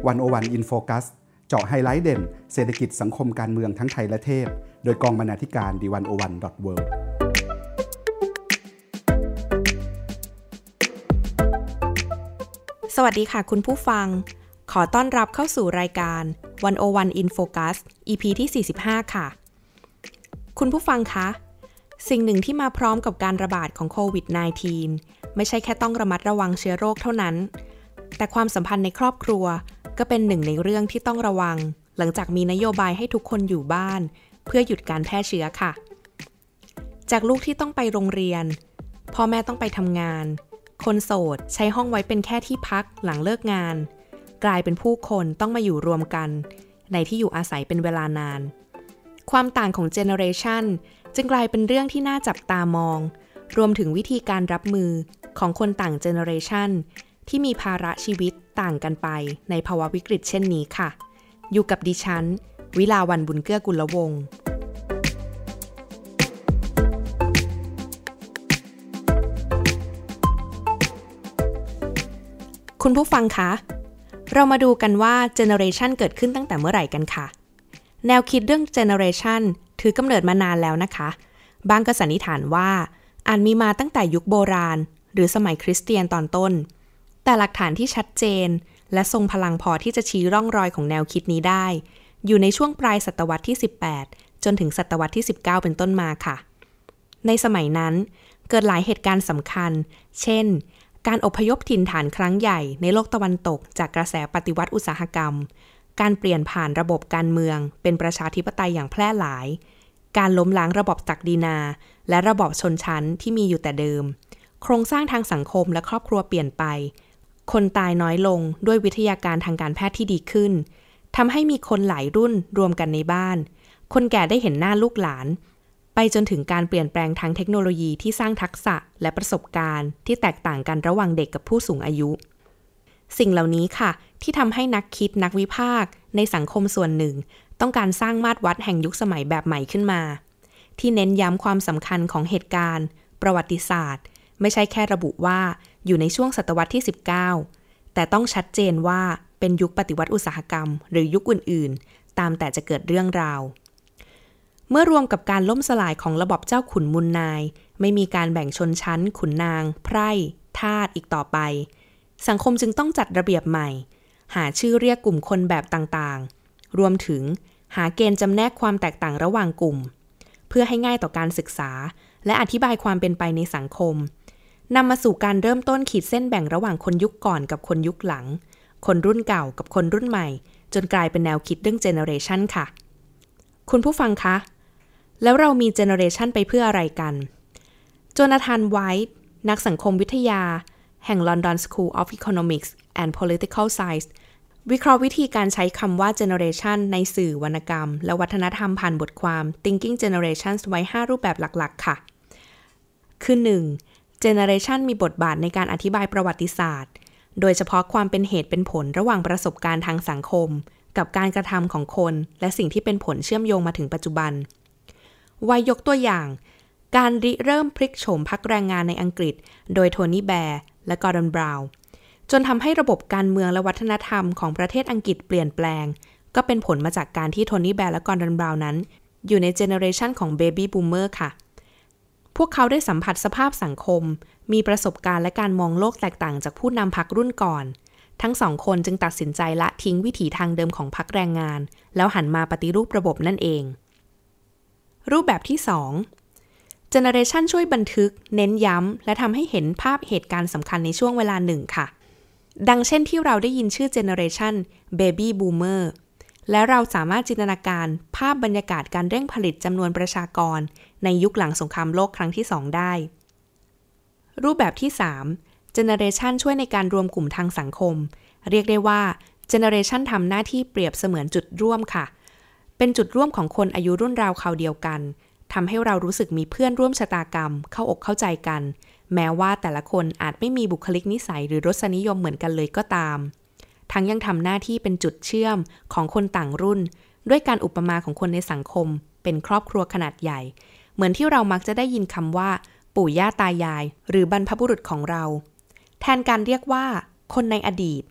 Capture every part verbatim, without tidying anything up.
หนึ่งศูนย์หนึ่ง In Focus เจาะไฮไลท์เด่นเศรษฐกิจสังคมการเมืองทั้งไทยและเทศโดยกองบรรณาธิการ ดี หนึ่งศูนย์หนึ่ง ดอท เวิลด์สวัสดีค่ะคุณผู้ฟังขอต้อนรับเข้าสู่รายการหนึ่งศูนย์หนึ่ง In Focus อี พี ที่ สี่สิบห้า ค่ะคุณผู้ฟังคะสิ่งหนึ่งที่มาพร้อมกับการระบาดของโควิด สิบเก้า ไม่ใช่แค่ต้องระมัดระวังเชื้อโรคเท่านั้นแต่ความสัมพันธ์ในครอบครัวก็เป็นหนึ่งในเรื่องที่ต้องระวังหลังจากมีนโยบายให้ทุกคนอยู่บ้านเพื่อหยุดการแพร่เชื้อค่ะจากลูกที่ต้องไปโรงเรียนพ่อแม่ต้องไปทำงานคนโสดใช้ห้องไว้เป็นแค่ที่พักหลังเลิกงานกลายเป็นผู้คนต้องมาอยู่รวมกันในที่อยู่อาศัยเป็นเวลานานความต่างของเจเนอเรชันจึงกลายเป็นเรื่องที่น่าจับตามองรวมถึงวิธีการรับมือของคนต่างเจเนอเรชันที่มีภาระชีวิตต่างกันไปในภาวะวิกฤตเช่นนี้ค่ะอยู่กับดิฉันวิลาวรรณบุญเกื้อกุลวงศ์คุณผู้ฟังคะเรามาดูกันว่าเจเนอเรชันเกิดขึ้นตั้งแต่เมื่อไหร่กันค่ะแนวคิดเรื่องเจเนอเรชันถือกำเนิดมานานแล้วนะคะบางก็สันนิษฐานว่าอาจมีมาตั้งแต่ยุคโบราณหรือสมัยคริสเตียนตอนต้นแต่หลักฐานที่ชัดเจนและทรงพลังพอที่จะชี้ร่องรอยของแนวคิดนี้ได้อยู่ในช่วงปลายศตวรรษที่สิบแปดจนถึงศตวรรษที่สิบเก้าเป็นต้นมาค่ะในสมัยนั้นเกิดหลายเหตุการณ์สำคัญเช่นการอพยพถิ่นฐานครั้งใหญ่ในโลกตะวันตกจากกระแสปฏิวัติอุตสาหกรรมการเปลี่ยนผ่านระบบการเมืองเป็นประชาธิปไตยอย่างแพร่หลายการล้มล้างระบอบศักดินาและระบอบชนชั้นที่มีอยู่แต่เดิมโครงสร้างทางสังคมและครอบครัวเปลี่ยนไปคนตายน้อยลงด้วยวิทยาการทางการแพทย์ที่ดีขึ้นทำให้มีคนหลายรุ่นรวมกันในบ้านคนแก่ได้เห็นหน้าลูกหลานไปจนถึงการเปลี่ยนแปลงทางเทคโนโลยีที่สร้างทักษะและประสบการณ์ที่แตกต่างกันระหว่างเด็กกับผู้สูงอายุสิ่งเหล่านี้ค่ะที่ทำให้นักคิดนักวิพากษ์ในสังคมส่วนหนึ่งต้องการสร้างมาตรวัดแห่งยุคสมัยแบบใหม่ขึ้นมาที่เน้นย้ำความสำคัญของเหตุการณ์ประวัติศาสตร์ไม่ใช่แค่ระบุว่าอยู่ในช่วงศตวรรษที่สิบเก้าแต่ต้องชัดเจนว่าเป็นยุคปฏิวัติอุตสาหกรรมหรือยุคอื่นๆตามแต่จะเกิดเรื่องราวเมื่อรวมกับการล่มสลายของระบอบเจ้าขุนมูลนายไม่มีการแบ่งชนชั้นขุนนางไพร่ทาสอีกต่อไปสังคมจึงต้องจัดระเบียบใหม่หาชื่อเรียกกลุ่มคนแบบต่างๆรวมถึงหาเกณฑ์จำแนกความแตกต่างระหว่างกลุ่มเพื่อให้ง่ายต่อการศึกษาและอธิบายความเป็นไปในสังคมนำมาสู่การเริ่มต้นขีดเส้นแบ่งระหว่างคนยุคก่อนกับคนยุคหลังคนรุ่นเก่ากับคนรุ่นใหม่จนกลายเป็นแนวคิดเรื่องเจเนอเรชันค่ะคุณผู้ฟังคะแล้วเรามีเจเนอเรชันไปเพื่ออะไรกันโจนาธานไวท์นักสังคมวิทยาแห่ง London School of Economics and Political Science วิเคราะห์วิธีการใช้คำว่า generation ในสื่อวรรณกรรมและวัฒนธรรมผ่านบทความ Thinking Generations ไว้ห้ารูปแบบหลักๆค่ะคือ หนึ่ง generation มีบทบาทในการอธิบายประวัติศาสตร์โดยเฉพาะความเป็นเหตุเป็นผลระหว่างประสบการณ์ทางสังคมกับการกระทำของคนและสิ่งที่เป็นผลเชื่อมโยงมาถึงปัจจุบันไว้ยกตัวอย่างการริเริ่มพลิกโฉมพรรคแรงงานในอังกฤษโดยโทนี่แบร์และกอร์ดอนบราวน์จนทำให้ระบบการเมืองและวัฒนธรรมของประเทศอังกฤษเปลี่ยนแปลงก็เป็นผลมาจากการที่โทนี่แบร์และกอร์ดอนบราวน์นั้นอยู่ในเจเนอเรชันของเบบี้บูมเมอร์ค่ะพวกเขาได้สัมผัสสภาพสังคมมีประสบการณ์และการมองโลกแตกต่างจากผู้นำพรรครุ่นก่อนทั้งสองคนจึงตัดสินใจละทิ้งวิถีทางเดิมของพรรคแรงงานแล้วหันมาปฏิรูประบบนั่นเองรูปแบบที่สองGeneration ช่วยบันทึกเน้นย้ำและทำให้เห็นภาพเหตุการณ์สำคัญในช่วงเวลาหนึ่งค่ะดังเช่นที่เราได้ยินชื่อ Generation Baby Boomer และเราสามารถจินตนาการภาพบรรยากาศการเร่งผลิตจำนวนประชากรในยุคหลังสงครามโลกครั้งที่สองได้รูปแบบที่สาม Generation ช่วยในการรวมกลุ่มทางสังคมเรียกได้ว่า Generation ทำหน้าที่เปรียบเสมือนจุดร่วมค่ะเป็นจุดร่วมของคนอายุรุ่นราวคราวเดียวกันทำให้เรารู้สึกมีเพื่อนร่วมชะตากรรมเข้าอกเข้าใจกันแม้ว่าแต่ละคนอาจไม่มีบุคลิกนิสัยหรือรสนิยมเหมือนกันเลยก็ตามทั้งยังทำหน้าที่เป็นจุดเชื่อมของคนต่างรุ่นด้วยการอุปมาของคนในสังคมเป็นครอบครัวขนาดใหญ่เหมือนที่เรามักจะได้ยินคำว่าปู่ย่าตายายหรือบรรพบุรุษของเราแทนการเรียกว่าคนในอดีต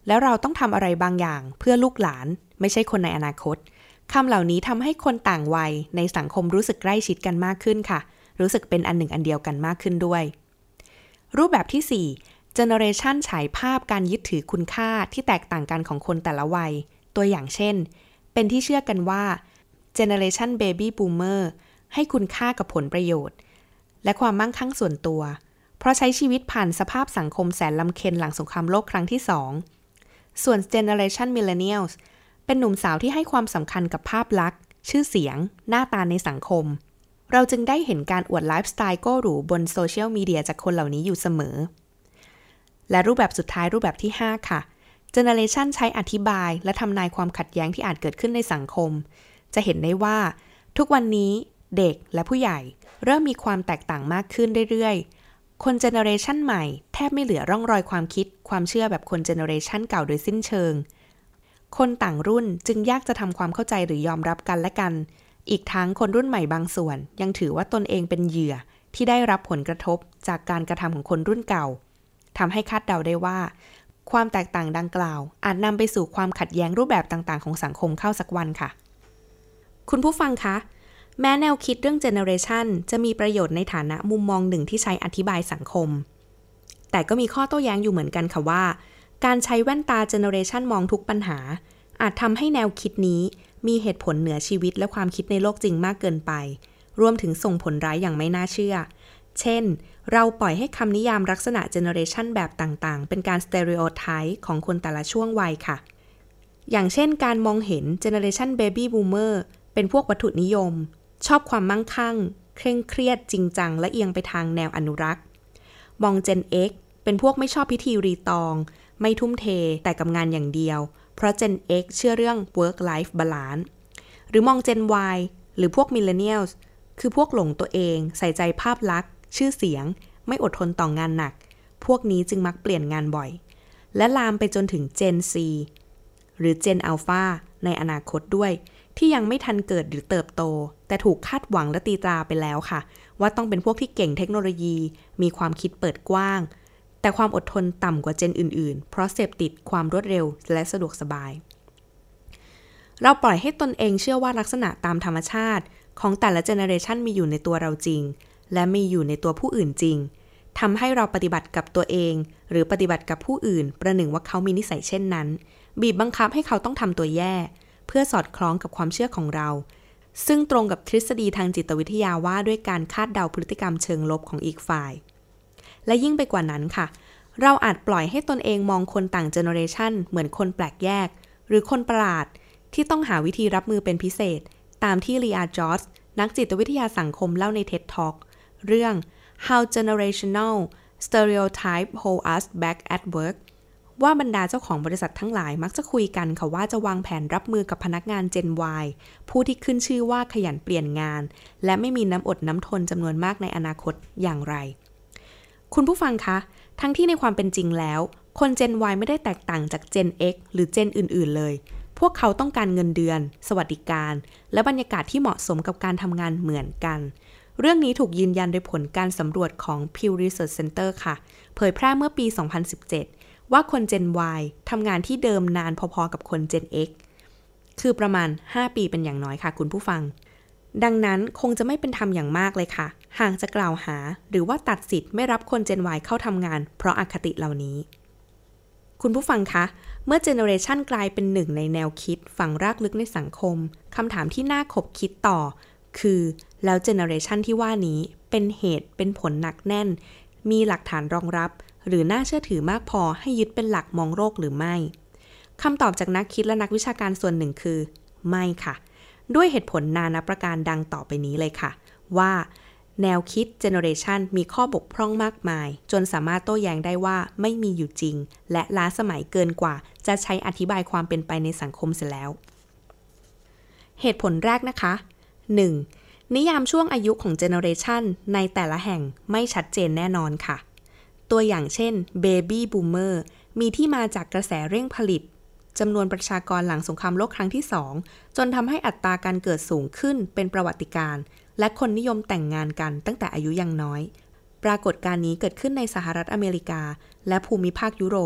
แล้วเราต้องทำอะไรบางอย่างเพื่อลูกหลานไม่ใช่คนในอนาคตคำเหล่านี้ทำให้คนต่างวัยในสังคมรู้สึกใกล้ชิดกันมากขึ้นค่ะรู้สึกเป็นอันหนึ่งอันเดียวกันมากขึ้นด้วยรูปแบบที่สี่ Generation ฉายภาพการยึดถือคุณค่าที่แตกต่างกันของคนแต่ละวัยตัวอย่างเช่นเป็นที่เชื่อกันว่า Generation Baby Boomer ให้คุณค่ากับผลประโยชน์และความมั่งคั่งส่วนตัวเพราะใช้ชีวิตผ่านสภาพสังคมแสนลำเค็ญหลังสงครามโลกครั้งที่สองส่วน Generation Millennials เป็นหนุ่มสาวที่ให้ความสำคัญกับภาพลักษณ์ชื่อเสียงหน้าตาในสังคมเราจึงได้เห็นการอวดไลฟ์สไตล์โก้หรูบนโซเชียลมีเดียจากคนเหล่านี้อยู่เสมอและรูปแบบสุดท้ายรูปแบบที่ห้าค่ะ Generation ใช้อธิบายและทำนายความขัดแย้งที่อาจเกิดขึ้นในสังคมจะเห็นได้ว่าทุกวันนี้เด็กและผู้ใหญ่เริ่มมีความแตกต่างมากขึ้นเรื่อยๆคนเจเนอเรชันใหม่แทบไม่เหลือร่องรอยความคิดความเชื่อแบบคนเจเนอเรชันเก่าโดยสิ้นเชิงคนต่างรุ่นจึงยากจะทำความเข้าใจหรือยอมรับกันและกันอีกทั้งคนรุ่นใหม่บางส่วนยังถือว่าตนเองเป็นเหยื่อที่ได้รับผลกระทบจากการกระทำของคนรุ่นเก่าทำให้คาดเดาได้ว่าความแตกต่างดังกล่าวอาจนำไปสู่ความขัดแย้งรูปแบบต่างๆของสังคมเข้าสักวันค่ะคุณผู้ฟังคะแม้แนวคิดเรื่อง Generation จะมีประโยชน์ในฐานะมุมมองหนึ่งที่ใช้อธิบายสังคมแต่ก็มีข้อโต้แย้งอยู่เหมือนกันค่ะว่าการใช้แว่นตา Generation มองทุกปัญหาอาจทำให้แนวคิดนี้มีเหตุผลเหนือชีวิตและความคิดในโลกจริงมากเกินไปรวมถึงส่งผลร้ายอย่างไม่น่าเชื่อเช่นเราปล่อยให้คำนิยามลักษณะ Generation แบบต่างๆเป็นการ stereotype ของคนแต่ละช่วงวัยค่ะอย่างเช่นการมองเห็น Generation Baby Boomer เป็นพวกวัตถุนิยมชอบความมั่งคั่งเคร่งเครียดจริงจังและเอียงไปทางแนวอนุรักษ์มอง Gen X เป็นพวกไม่ชอบพิธีรีตองไม่ทุ่มเทแต่กับงานอย่างเดียวเพราะ Gen X เชื่อเรื่อง work life balance หรือมอง Gen Y หรือพวก Millennials คือพวกหลงตัวเองใส่ใจภาพลักษณ์ชื่อเสียงไม่อดทนต่องานหนักพวกนี้จึงมักเปลี่ยนงานบ่อยและลามไปจนถึง Gen Z หรือ Gen Alpha ในอนาคตด้วยที่ยังไม่ทันเกิดหรือเติบโตแต่ถูกคาดหวังและตีตราไปแล้วค่ะว่าต้องเป็นพวกที่เก่งเทคโนโลยีมีความคิดเปิดกว้างแต่ความอดทนต่ำกว่าเจนอื่นๆเพราะเสพติดความรวดเร็วและสะดวกสบายเราปล่อยให้ตนเองเชื่อว่าลักษณะตามธรรมชาติของแต่ละเจเนอเรชันมีอยู่ในตัวเราจริงและมีอยู่ในตัวผู้อื่นจริงทำให้เราปฏิบัติกับตัวเองหรือปฏิบัติกับผู้อื่นประหนึ่งว่าเขามีนิสัยเช่นนั้นบีบบังคับให้เขาต้องทำตัวแย่เพื่อสอดคล้องกับความเชื่อของเราซึ่งตรงกับทฤษฎีทางจิตวิทยาว่าด้วยการคาดเดาพฤติกรรมเชิงลบของอีกฝ่ายและยิ่งไปกว่านั้นค่ะเราอาจปล่อยให้ตนเองมองคนต่างเจเนอเรชันเหมือนคนแปลกแยกหรือคนประหลาดที่ต้องหาวิธีรับมือเป็นพิเศษตามที่ลีอาจอร์จนักจิตวิทยาสังคมเล่าใน เท็ด Talk เรื่อง How Generational Stereotypes Hold Us Back at Work ว่าบรรดาเจ้าของบริษัททั้งหลายมักจะคุยกันค่ะว่าจะวางแผนรับมือกับพนักงาน Gen Y ผู้ที่ขึ้นชื่อว่าขยันเปลี่ยนงานและไม่มีน้ำอดน้ำทนจำนวนมากในอนาคตอย่างไรคุณผู้ฟังคะทั้งที่ในความเป็นจริงแล้วคน Gen Y ไม่ได้แตกต่างจาก Gen X หรือ Gen อื่นๆเลยพวกเขาต้องการเงินเดือนสวัสดิการและบรรยากาศที่เหมาะสมกับการทำงานเหมือนกันเรื่องนี้ถูกยืนยันโดยผลการสำรวจของ Pew Research Center ค่ะเผยแพร่เมื่อปี สองพันสิบเจ็ด ว่าคน Gen Y ทำงานที่เดิมนานพอๆกับคน Gen X คือประมาณห้าปีเป็นอย่างน้อยค่ะคุณผู้ฟังดังนั้นคงจะไม่เป็นธรรมอย่างมากเลยค่ะหากจะกล่าวหาหรือว่าตัดสิทธิ์ไม่รับคน Gen Y เข้าทำงานเพราะอคติเหล่านี้คุณผู้ฟังคะเมื่อเจเนอเรชันกลายเป็นหนึ่งในแนวคิดฝังรากลึกในสังคมคำถามที่น่าขบคิดต่อคือแล้วเจเนอเรชันที่ว่านี้เป็นเหตุเป็นผลหนักแน่นมีหลักฐานรองรับหรือน่าเชื่อถือมากพอให้ยึดเป็นหลักมองโลกหรือไม่คำตอบจากนักคิดและนักวิชาการส่วนหนึ่งคือไม่ค่ะด้วยเหตุผลนานาประการดังต่อไปนี้เลยค่ะว่าแนวคิด Generation มีข้อบกพร่องมากมายจนสามารถโต้แย้งได้ว่าไม่มีอยู่จริงและล้าสมัยเกินกว่าจะใช้อธิบายความเป็นไปในสังคมเสียแล้วเหตุผลแรกนะคะ หนึ่ง. นิยามช่วงอายุของ Generation ในแต่ละแห่งไม่ชัดเจนแน่นอนค่ะตัวอย่างเช่น Baby Boomer มีที่มาจากกระแสเร่งผลิตจำนวนประชากรหลังสงครามโลกครั้งที่สองจนทำให้อัตราการเกิดสูงขึ้นเป็นประวัติการณ์และคนนิยมแต่งงานกันตั้งแต่อายุยังน้อยปรากฏการณ์นี้เกิดขึ้นในสหรัฐอเมริกาและภูมิภาคยุโรป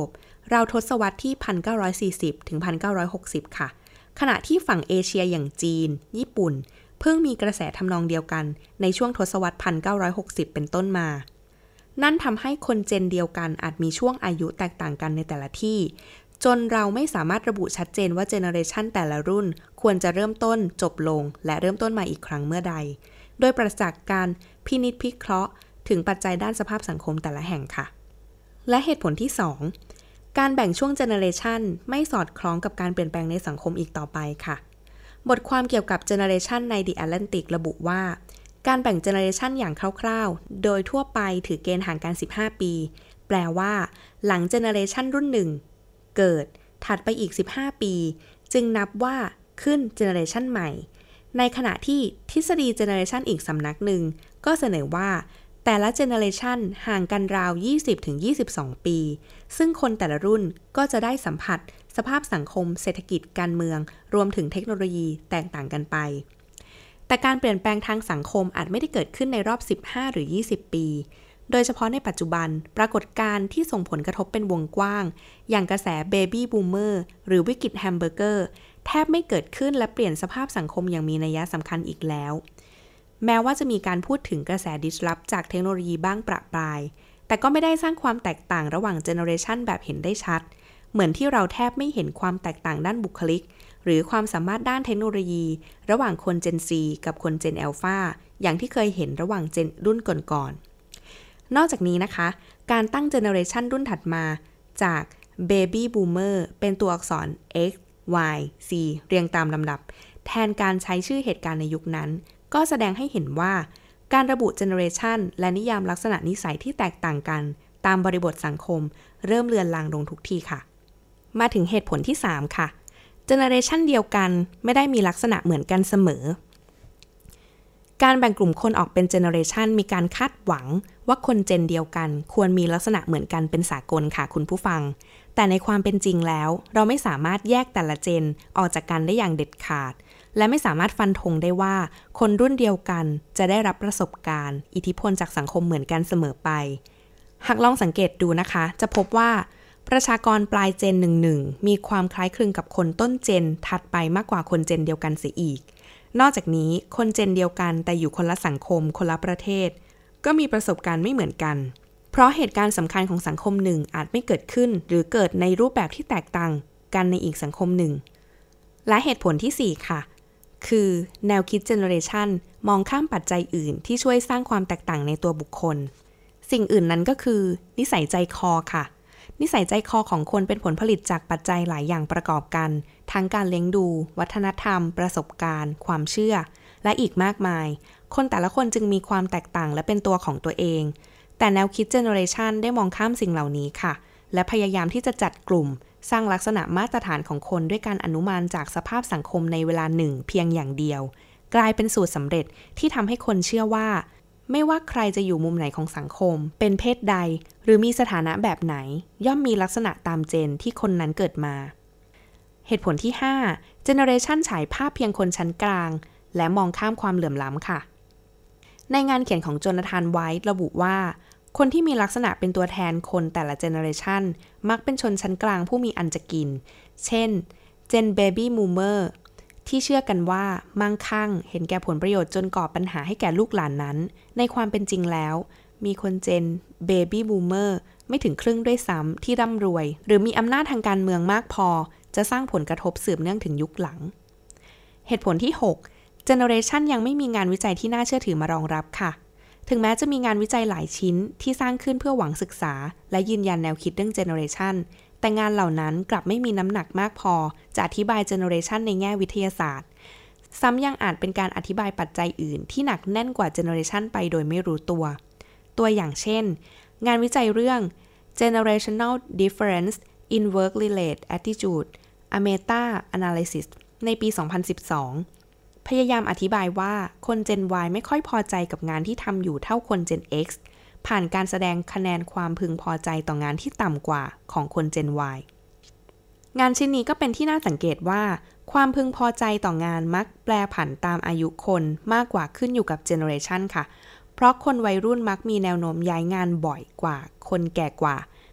ราวทศวรรษที่ หนึ่งพันเก้าร้อยสี่สิบ ถึง หนึ่งพันเก้าร้อยหกสิบ ค่ะขณะที่ฝั่งเอเชียอย่างจีนญี่ปุ่นเพิ่งมีกระแสทำนองเดียวกันในช่วงทศวรรษ หนึ่งพันเก้าร้อยหกสิบ เป็นต้นมานั่นทำให้คนเจนเดียวกันอาจมีช่วงอายุแตกต่างกันในแต่ละที่จนเราไม่สามารถระบุชัดเจนว่าเจเนอเรชันแต่ละรุ่นควรจะเริ่มต้นจบลงและเริ่มต้นมาอีกครั้งเมื่อใดโดยปราศจากการพินิจพิเคราะห์ถึงปัจจัยด้านสภาพสังคมแต่ละแห่งค่ะและเหตุผลที่สองการแบ่งช่วงเจเนอเรชันไม่สอดคล้องกับการเปลี่ยนแปลงในสังคมอีกต่อไปค่ะบทความเกี่ยวกับเจเนอเรชันใน The Atlantic ระบุว่าการแบ่งเจเนอเรชันอย่างคร่าวๆโดยทั่วไปถือเกณฑ์ห่างกันสิบห้าปีแปลว่าหลังเจเนอเรชันรุ่นหนึ่งเกิดถัดไปอีกสิบห้าปีจึงนับว่าขึ้นเจเนอเรชันใหม่ในขณะที่ทฤษฎีเจเนอเรชันอีกสำนักหนึ่งก็เสนอว่าแต่ละเจเนอเรชันห่างกันราว ยี่สิบถึงยี่สิบสอง ปีซึ่งคนแต่ละรุ่นก็จะได้สัมผัสสภาพสังคมเศรษฐกิจการเมืองรวมถึงเทคโนโลยีแตกต่างกันไปแต่การเปลี่ยนแปลงทางสังคมอาจไม่ได้เกิดขึ้นในรอบสิบห้าหรือยี่สิบปีโดยเฉพาะในปัจจุบันปรากฏการณ์ที่ส่งผลกระทบเป็นวงกว้างอย่างกระแสเบบี้บูมเมอร์หรือวิกฤตแฮมเบอร์เกอร์แทบไม่เกิดขึ้นและเปลี่ยนสภาพสังคมอย่างมีนัยสำคัญอีกแล้วแม้ว่าจะมีการพูดถึงกระแส disrupt จากเทคโนโลยีบ้างประปรายแต่ก็ไม่ได้สร้างความแตกต่างระหว่างเจเนอเรชันแบบเห็นได้ชัดเหมือนที่เราแทบไม่เห็นความแตกต่างด้านบุคลิกหรือความสามารถด้านเทคโนโลยีระหว่างคน Gen Z กับคน Gen Alpha อย่างที่เคยเห็นระหว่าง Gen รุ่นก่อนๆนอกจากนี้นะคะการตั้งเจเนอเรชันรุ่นถัดมาจาก Baby Boomer เป็นตัวอักษร X Y Z เรียงตามลำดับแทนการใช้ชื่อเหตุการณ์ในยุคนั้นก็แสดงให้เห็นว่าการระบุเจเนอเรชันและนิยามลักษณะนิสัยที่แตกต่างกันตามบริบทสังคมเริ่มเลือนลางลงทุกทีค่ะมาถึงเหตุผลที่สามค่ะเจเนอเรชันเดียวกันไม่ได้มีลักษณะเหมือนกันเสมอการแบ่งกลุ่มคนออกเป็นเจเนอเรชันมีการคาดหวังว่าคนเจนเดียวกันควรมีลักษณะเหมือนกันเป็นสากลค่ะคุณผู้ฟังแต่ในความเป็นจริงแล้วเราไม่สามารถแยกแต่ละเจนออกจากกันได้อย่างเด็ดขาดและไม่สามารถฟันธงได้ว่าคนรุ่นเดียวกันจะได้รับประสบการณ์อิทธิพลจากสังคมเหมือนกันเสมอไปหากลองสังเกตดูนะคะจะพบว่าประชากรปลายเจนหนึ่งหนึ่งมีความคล้ายคลึงกับคนต้นเจนถัดไปมากกว่าคนเจนเดียวกันเสียอีกนอกจากนี้คนเจนเดียวกันแต่อยู่คนละสังคมคนละประเทศก็มีประสบการณ์ไม่เหมือนกันเพราะเหตุการณ์สำคัญของสังคมหนึ่งอาจไม่เกิดขึ้นหรือเกิดในรูปแบบที่แตกต่างกันในอีกสังคมหนึ่งและเหตุผลที่สี่ค่ะคือแนวคิดเจเนอเรชันมองข้ามปัจจัยอื่นที่ช่วยสร้างความแตกต่างในตัวบุคคลสิ่งอื่นนั้นก็คือนิสัยใจคอค่ะนิสัยใจคอของคนเป็นผลผลิตจากปัจจัยหลายอย่างประกอบกันทั้งการเลี้ยงดูวัฒนธรรมประสบการณ์ความเชื่อและอีกมากมายคนแต่ละคนจึงมีความแตกต่างและเป็นตัวของตัวเองแต่แนวคิดเจเนอเรชันได้มองข้ามสิ่งเหล่านี้ค่ะและพยายามที่จะจัดกลุ่มสร้างลักษณะมาตรฐานของคนด้วยการอนุมานจากสภาพสังคมในเวลาหนึ่งเพียงอย่างเดียวกลายเป็นสูตรสำเร็จที่ทำให้คนเชื่อว่าไม่ว่าใครจะอยู่มุมไหนของสังคมเป็นเพศใดหรือมีสถานะแบบไหนย่อมมีลักษณะตามเจนที่คนนั้นเกิดมาเหตุผลที่ห้า Generation ฉายภาพเพียงคนชั้นกลางและมองข้ามความเหลื่อมล้ำค่ะในงานเขียนของโจนาธานไวท์ระบุว่าคนที่มีลักษณะเป็นตัวแทนคนแต่ละเจเนอเรชันมักเป็นชนชั้นกลางผู้มีอันจะกินเช่นเจนเบบี้บูมเมอร์ที่เชื่อกันว่ามั่งคั่งเห็นแก่ผลประโยชน์จนก่อปัญหาให้แก่ลูกหลานนั้นในความเป็นจริงแล้วมีคนเจนเบบี้บูมเมอร์ไม่ถึงครึ่งด้วยซ้ำที่ร่ำรวยหรือมีอำนาจทางการเมืองมากพอจะสร้างผลกระทบสืบเนื่องถึงยุคหลังเหตุผลที่หกเจเนอเรชันยังไม่มีงานวิจัยที่น่าเชื่อถือมารองรับค่ะถึงแม้จะมีงานวิจัยหลายชิ้นที่สร้างขึ้นเพื่อหวังศึกษาและยืนยันแนวคิดเรื่องเจเนอเรชันแต่งานเหล่านั้นกลับไม่มีน้ำหนักมากพอจะอธิบายเจเนอเรชันในแง่วิทยาศาสตร์ซ้ำยังอาจเป็นการอธิบายปัจจัยอื่นที่หนักแน่นกว่าเจเนอเรชันไปโดยไม่รู้ตัวตัวอย่างเช่นงานวิจัยเรื่อง Generational Difference in Work-Related Attitude a Meta-Analysis ในปี สองพันสิบสองพยายามอธิบายว่าคน Gen Y ไม่ค่อยพอใจกับงานที่ทำอยู่เท่าคน Gen X ผ่านการแสดงคะแนนความพึงพอใจต่องานที่ต่ำกว่าของคน Gen Y งานชิ้นนี้ก็เป็นที่น่าสังเกตว่าความพึงพอใจต่องานมักแปรผันตามอายุคนมากกว่าขึ้นอยู่กับ Generation ค่ะเพราะคนวัยรุ่นมักมีแนวโน้มย้ายงานบ่อยกว่าคนแก่กว่า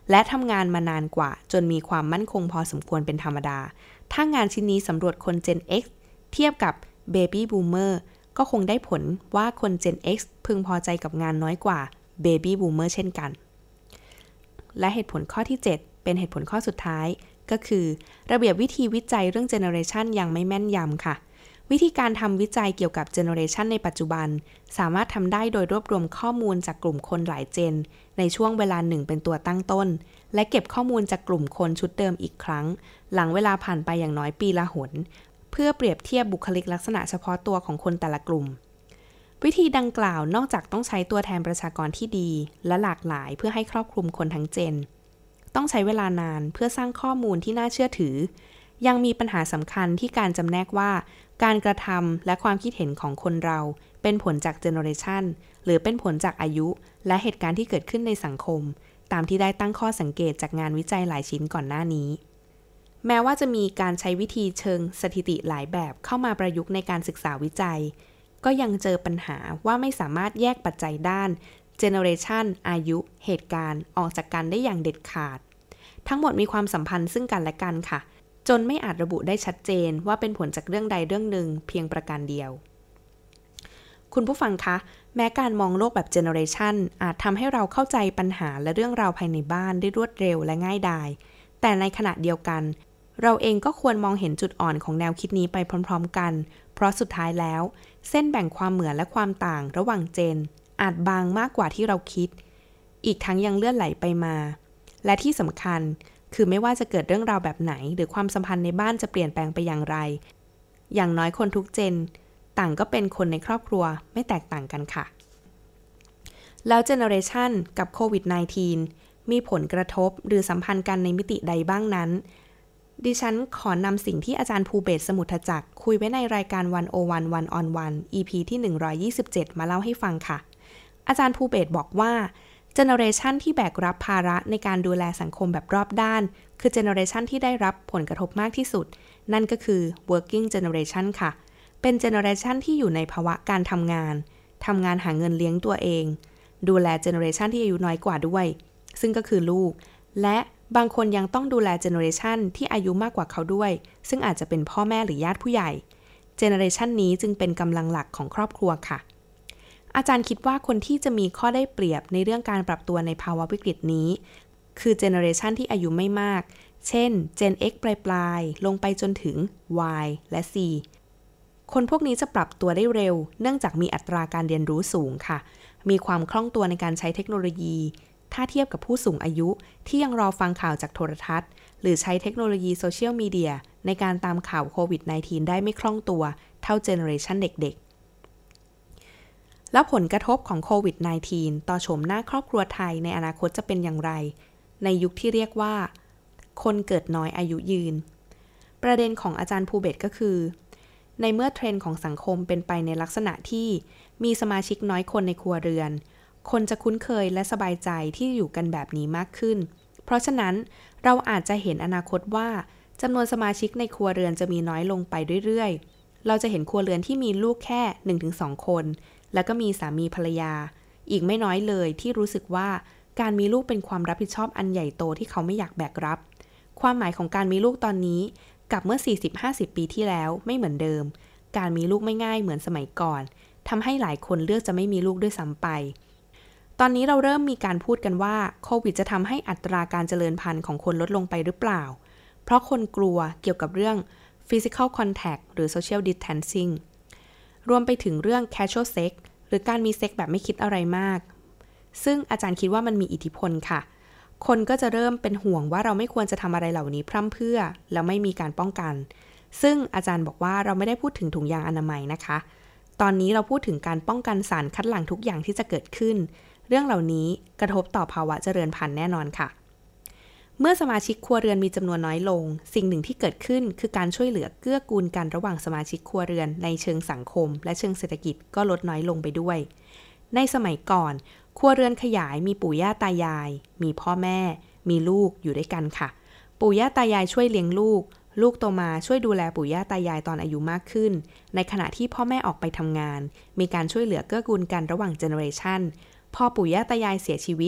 และทำงานมานานกว่าจนมีความมั่นคงพอสมควรเป็นธรรมดาถ้างานชิ้นนี้สำรวจคน Gen X เทียบกับ Baby Boomer ก็คงได้ผลว่าคน Gen X พึงพอใจกับงานน้อยกว่า Baby Boomer เช่นกันและเหตุผลข้อที่เจ็ดเป็นเหตุผลข้อสุดท้ายก็คือระเบียบวิธีวิจัยเรื่อง Generation ยังไม่แม่นยำค่ะวิธีการทำวิจัยเกี่ยวกับ Generation ในปัจจุบันสามารถทำได้โดยรวบรวมข้อมูลจากกลุ่มคนหลายเจนในช่วงเวลาหนึ่งเป็นตัวตั้งต้นและเก็บข้อมูลจากกลุ่มคนชุดเดิมอีกครั้งหลังเวลาผ่านไปอย่างน้อยปีละหนเพื่อเปรียบเทียบบุคลิกลักษณะเฉพาะตัวของคนแต่ละกลุ่มวิธีดังกล่าวนอกจากต้องใช้ตัวแทนประชากรที่ดีและหลากหลายเพื่อให้ครอบคลุมคนทั้งเจนต้องใช้เวลานานเพื่อสร้างข้อมูลที่น่าเชื่อถือยังมีปัญหาสำคัญที่การจำแนกว่าการกระทำและความคิดเห็นของคนเราเป็นผลจากเจเนอเรชันหรือเป็นผลจากอายุและเหตุการณ์ที่เกิดขึ้นในสังคมตามที่ได้ตั้งข้อสังเกตจากงานวิจัยหลายชิ้นก่อนหน้านี้แม้ว่าจะมีการใช้วิธีเชิงสถิติหลายแบบเข้ามาประยุกต์ในการศึกษาวิจัยก็ยังเจอปัญหาว่าไม่สามารถแยกปัจจัยด้านเจเนอเรชันอายุเหตุการณ์ออกจากกันได้อย่างเด็ดขาดทั้งหมดมีความสัมพันธ์ซึ่งกันและกันค่ะจนไม่อาจระบุได้ชัดเจนว่าเป็นผลจากเรื่องใดเรื่องหนึ่งเพียงประการเดียวคุณผู้ฟังคะแม้การมองโลกแบบเจเนอเรชันอาจทำให้เราเข้าใจปัญหาและเรื่องราวภายในบ้านได้รวดเร็วและง่ายดายแต่ในขณะเดียวกันเราเองก็ควรมองเห็นจุดอ่อนของแนวคิดนี้ไปพร้อมๆกันเพราะสุดท้ายแล้วเส้นแบ่งความเหมือนและความต่างระหว่างเจนอาจบางมากกว่าที่เราคิดอีกทั้งยังเลื่อนไหลไปมาและที่สำคัญคือไม่ว่าจะเกิดเรื่องราวแบบไหนหรือความสัมพันธ์ในบ้านจะเปลี่ยนแปลงไปอย่างไรอย่างน้อยคนทุกเจนต่างก็เป็นคนในครอบครัวไม่แตกต่างกันค่ะแล้วเจเนอเรชันกับโควิด สิบเก้า มีผลกระทบหรือสัมพันธ์กันในมิติใดบ้างนั้นดิฉันขอนำสิ่งที่อาจารย์ภูเบศรสมุทรจักรคุยไว้ในรายการหนึ่งศูนย์หนึ่ง วัน on วัน อี พี ที่หนึ่งร้อยยี่สิบเจ็ดมาเล่าให้ฟังค่ะอาจารย์ภูเบศรบอกว่าเจเนอเรชันที่แบกรับภาระในการดูแลสังคมแบบรอบด้านคือเจเนอเรชันที่ได้รับผลกระทบมากที่สุดนั่นก็คือ working generation ค่ะเป็นเจเนอเรชันที่อยู่ในภาวะการทำงานทำงานหาเงินเลี้ยงตัวเองดูแลเจเนอเรชันที่อายุน้อยกว่าด้วยซึ่งก็คือลูกและบางคนยังต้องดูแลเจเนอเรชันที่อายุมากกว่าเขาด้วยซึ่งอาจจะเป็นพ่อแม่หรือญาติผู้ใหญ่เจเนอเรชันนี้จึงเป็นกำลังหลักของครอบครัวค่ะอาจารย์คิดว่าคนที่จะมีข้อได้เปรียบในเรื่องการปรับตัวในภาวะวิกฤตนี้คือเจเนอเรชันที่อายุไม่มากเช่น Gen X ปลายๆลงไปจนถึง Y และ C คนพวกนี้จะปรับตัวได้เร็วเนื่องจากมีอัตราการเรียนรู้สูงค่ะมีความคล่องตัวในการใช้เทคโนโลยีถ้าเทียบกับผู้สูงอายุที่ยังรอฟังข่าวจากโทรทัศน์หรือใช้เทคโนโลยีโซเชียลมีเดียในการตามข่าวโควิด สิบเก้า ได้ไม่คล่องตัวเท่าเจเนอเรชันเด็กๆแล้วผลกระทบของโควิด สิบเก้า ต่อโฉมหน้าครอบครัวไทยในอนาคตจะเป็นอย่างไรในยุคที่เรียกว่าคนเกิดน้อยอายุยืนประเด็นของอาจารย์ภูเบศรก็คือในเมื่อเทรนด์ของสังคมเป็นไปในลักษณะที่มีสมาชิกน้อยคนในครัวเรือนคนจะคุ้นเคยและสบายใจที่อยู่กันแบบนี้มากขึ้นเพราะฉะนั้นเราอาจจะเห็นอนาคตว่าจำนวนสมาชิกในครัวเรือนจะมีน้อยลงไปเรื่อยๆเราจะเห็นครัวเรือนที่มีลูกแค่ หนึ่งถึงสอง คนแล้วก็มีสามีภรรยาอีกไม่น้อยเลยที่รู้สึกว่าการมีลูกเป็นความรับผิดชอบอันใหญ่โตที่เขาไม่อยากแบกรับความหมายของการมีลูกตอนนี้กับเมื่อ สี่สิบถึงห้าสิบ ปีที่แล้วไม่เหมือนเดิมการมีลูกไม่ง่ายเหมือนสมัยก่อนทำให้หลายคนเลือกจะไม่มีลูกด้วยซ้ำไปตอนนี้เราเริ่มมีการพูดกันว่าโควิดจะทำให้อัตราการเจริญพันธุ์ของคนลดลงไปหรือเปล่าเพราะคนกลัวเกี่ยวกับเรื่อง physical contact หรือ social distancing รวมไปถึงเรื่อง casual sex หรือการมีเซ็กแบบไม่คิดอะไรมากซึ่งอาจารย์คิดว่ามันมีอิทธิพลค่ะคนก็จะเริ่มเป็นห่วงว่าเราไม่ควรจะทำอะไรเหล่านี้พร่ำเพรื่อแล้วไม่มีการป้องกันซึ่งอาจารย์บอกว่าเราไม่ได้พูดถึงถุงยางอนามัยนะคะตอนนี้เราพูดถึงการป้องกันสารคัดหลั่งทุกอย่างที่จะเกิดขึ้นเรื่องเหล่านี้กระทบต่อภาวะเจริญพันธุ์แน่นอนค่ะเมื่อสมาชิกครัวเรือนมีจำนวนน้อยลงสิ่งหนึ่งที่เกิดขึ้นคือการช่วยเหลือเกื้อกูลกันระหว่างสมาชิกครัวเรือนในเชิงสังคมและเชิงเศรษฐกิจก็ลดน้อยลงไปด้วยในสมัยก่อนครัวเรือนขยายมีปู่ย่าตายายมีพ่อแม่มีลูกอยู่ด้วยกันค่ะปู่ย่าตายายช่วยเลี้ยงลูกลูกโตมาช่วยดูแลปู่ย่าตายายตอนอายุมากขึ้นในขณะที่พ่อแม่ออกไปทำงานมีการช่วยเหลือเกื้อกูลกันระหว่างเจเนอเรชันพอปู่ย่าตายายเสียชีวิต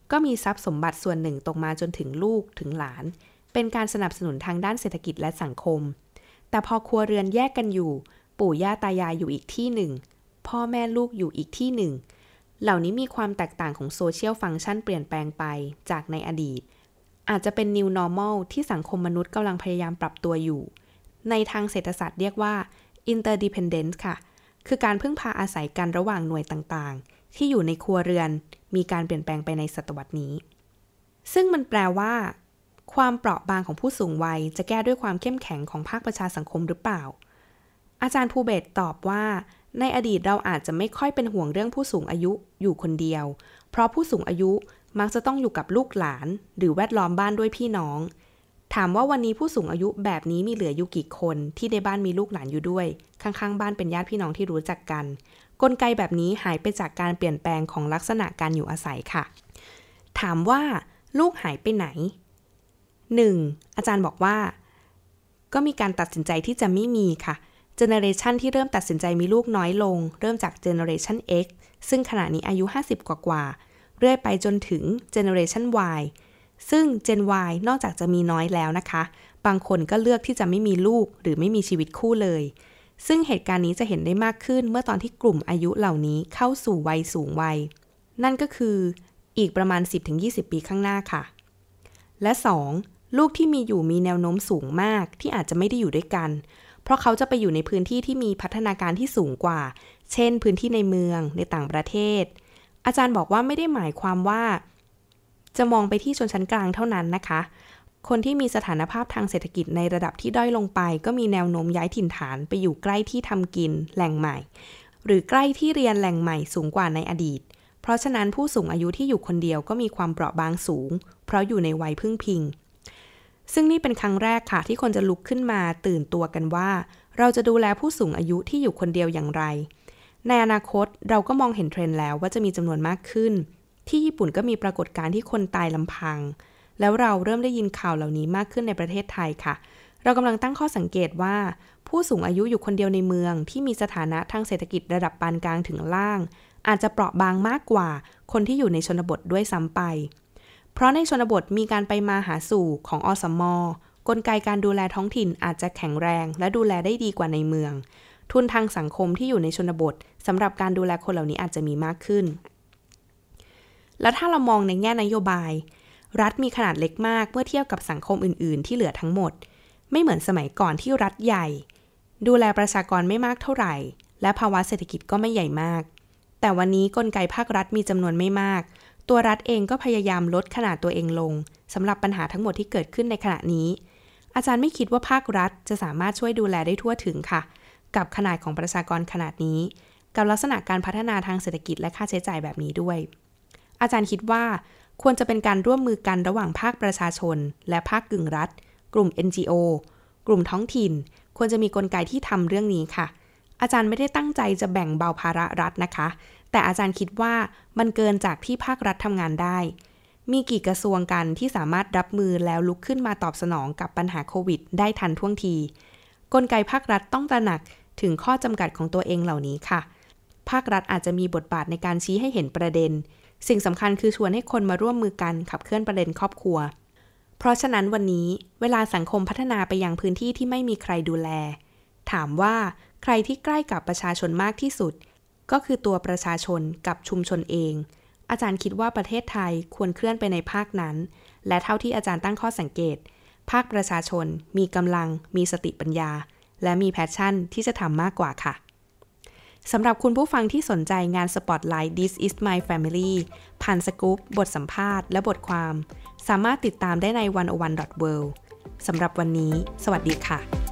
ก็มีทรัพย์สมบัติส่วนหนึ่งตกมาจนถึงลูกถึงหลานเป็นการสนับสนุนทางด้านเศรษฐกิจและสังคมแต่พอครัวเรือนแยกกันอยู่ปู่ย่าตายายอยู่อีกที่หนึ่งพ่อแม่ลูกอยู่อีกที่หนึ่งเหล่านี้มีความแตกต่างของโซเชียลฟังก์ชันเปลี่ยนแปลงไปจากในอดีตอาจจะเป็น New Normal ที่สังคมมนุษย์กำลังพยายามปรับตัวอยู่ในทางเศรษฐศาสตร์เรียกว่า Interdependence ค่ะคือการพึ่งพาอาศัยกันระหว่างหน่วยต่างๆที่อยู่ในครัวเรือนมีการเปลี่ยนแปลงไปในศตวรรษนี้ซึ่งมันแปลว่าความเปราะบางของผู้สูงวัยจะแก้ด้วยความเข้มแข็งของภาคประชาสังคมหรือเปล่าอาจารย์ภูเบศรตอบว่าในอดีตเราอาจจะไม่ค่อยเป็นห่วงเรื่องผู้สูงอายุอยู่คนเดียวเพราะผู้สูงอายุมักจะต้องอยู่กับลูกหลานหรือแวดล้อมบ้านด้วยพี่น้องถามว่าวันนี้ผู้สูงอายุแบบนี้มีเหลืออยู่กี่คนที่ในบ้านมีลูกหลานอยู่ด้วยข้างๆบ้านเป็นญาติพี่น้องที่รู้จักกันกลไกแบบนี้หายไปจากการเปลี่ยนแปลงของลักษณะการอยู่อาศัยค่ะถามว่าลูกหายไปไหนหนึ่งอาจารย์บอกว่าก็มีการตัดสินใจที่จะไม่มีค่ะเจเนอเรชันที่เริ่มตัดสินใจมีลูกน้อยลงเริ่มจากเจเนอเรชัน X ซึ่งขณะนี้อายุห้าสิบกว่าๆเรื่อยไปจนถึงเจเนอเรชัน Y ซึ่ง Gen Y นอกจากจะมีน้อยแล้วนะคะบางคนก็เลือกที่จะไม่มีลูกหรือไม่มีชีวิตคู่เลยซึ่งเหตุการณ์นี้จะเห็นได้มากขึ้นเมื่อตอนที่กลุ่มอายุเหล่านี้เข้าสู่วัยสูงวัยนั่นก็คืออีกประมาณ สิบถึงยี่สิบ ปีข้างหน้าค่ะและสองลูกที่มีอยู่มีแนวโน้มสูงมากที่อาจจะไม่ได้อยู่ด้วยกันเพราะเขาจะไปอยู่ในพื้นที่ที่มีพัฒนาการที่สูงกว่าเช่นพื้นที่ในเมืองในต่างประเทศอาจารย์บอกว่าไม่ได้หมายความว่าจะมองไปที่ชนชั้นกลางเท่านั้นนะคะคนที่มีสถานภาพทางเศรษฐกิจในระดับที่ด้อยลงไปก็มีแนวโน้มย้ายถิ่นฐานไปอยู่ใกล้ที่ทำกินแหล่งใหม่หรือใกล้ที่เรียนแหล่งใหม่สูงกว่าในอดีตเพราะฉะนั้นผู้สูงอายุที่อยู่คนเดียวก็มีความเปราะบางสูงเพราะอยู่ในวัยพึ่งพิงซึ่งนี่เป็นครั้งแรกค่ะที่คนจะลุกขึ้นมาตื่นตัวกันว่าเราจะดูแลผู้สูงอายุที่อยู่คนเดียวอย่างไรในอนาคตเราก็มองเห็นเทรนด์แล้วว่าจะมีจำนวนมากขึ้นที่ญี่ปุ่นก็มีปรากฏการณ์ที่คนตายลำพังแล้วเราเริ่มได้ยินข่าวเหล่านี้มากขึ้นในประเทศไทยค่ะเรากำลังตั้งข้อสังเกตว่าผู้สูงอายุอยู่คนเดียวในเมืองที่มีสถานะทางเศรษฐกิจระดับปานกลางถึงล่างอาจจะเปราะบางมากกว่าคนที่อยู่ในชนบทด้วยซ้ำไปเพราะในชนบทมีการไปมาหาสู่ของอสม.กลไกการดูแลท้องถิ่นอาจจะแข็งแรงและดูแลได้ดีกว่าในเมืองทุนทางสังคมที่อยู่ในชนบทสำหรับการดูแลคนเหล่านี้อาจจะมีมากขึ้นแล้วถ้าเรามองในแง่นโยบายรัฐมีขนาดเล็กมากเมื่อเทียบกับสังคมอื่นๆที่เหลือทั้งหมดไม่เหมือนสมัยก่อนที่รัฐใหญ่ดูแลประชากรไม่มากเท่าไหร่และภาวะเศรษฐกิจก็ไม่ใหญ่มากแต่วันนี้กลไกภาครัฐมีจำนวนไม่มากตัวรัฐเองก็พยายามลดขนาดตัวเองลงสำหรับปัญหาทั้งหมดที่เกิดขึ้นในขณะนี้อาจารย์ไม่คิดว่าภาครัฐจะสามารถช่วยดูแลได้ทั่วถึงค่ะกับขนาดของประชากรขนาดนี้กับลักษณะการพัฒนาทางเศรษฐกิจและค่าใช้จ่ายแบบนี้ด้วยอาจารย์คิดว่าควรจะเป็นการร่วมมือกันระหว่างภาคประชาชนและภาคกึ่งรัฐกลุ่ม เอ็น จี โอ กลุ่มท้องถิ่นควรจะมีกลไกที่ทำเรื่องนี้ค่ะอาจารย์ไม่ได้ตั้งใจจะแบ่งเบาภาระรัฐนะคะแต่อาจารย์คิดว่ามันเกินจากที่ภาครัฐทำงานได้มีกี่กระทรวงกันที่สามารถรับมือแล้วลุกขึ้นมาตอบสนองกับปัญหาโควิดได้ทันท่วงทีกลไกภาครัฐต้องตระหนักถึงข้อจำกัดของตัวเองเหล่านี้ค่ะภาครัฐอาจจะมีบทบาทในการชี้ให้เห็นประเด็นสิ่งสำคัญคือชวนให้คนมาร่วมมือกันขับเคลื่อนประเด็นครอบครัวเพราะฉะนั้นวันนี้เวลาสังคมพัฒนาไปยังพื้นที่ที่ไม่มีใครดูแลถามว่าใครที่ใกล้กับประชาชนมากที่สุดก็คือตัวประชาชนกับชุมชนเองอาจารย์คิดว่าประเทศไทยควรเคลื่อนไปในภาคนั้นและเท่าที่อาจารย์ตั้งข้อสังเกตภาคประชาชนมีกำลังมีสติปัญญาและมีแพชชั่นที่จะทำมากกว่าค่ะสำหรับคุณผู้ฟังที่สนใจงาน Spotlight This is my family ผ่านสกู๊ปบทสัมภาษณ์และบทความสามารถติดตามได้ใน หนึ่งศูนย์หนึ่ง ดอท เวิลด์ สำหรับวันนี้สวัสดีค่ะ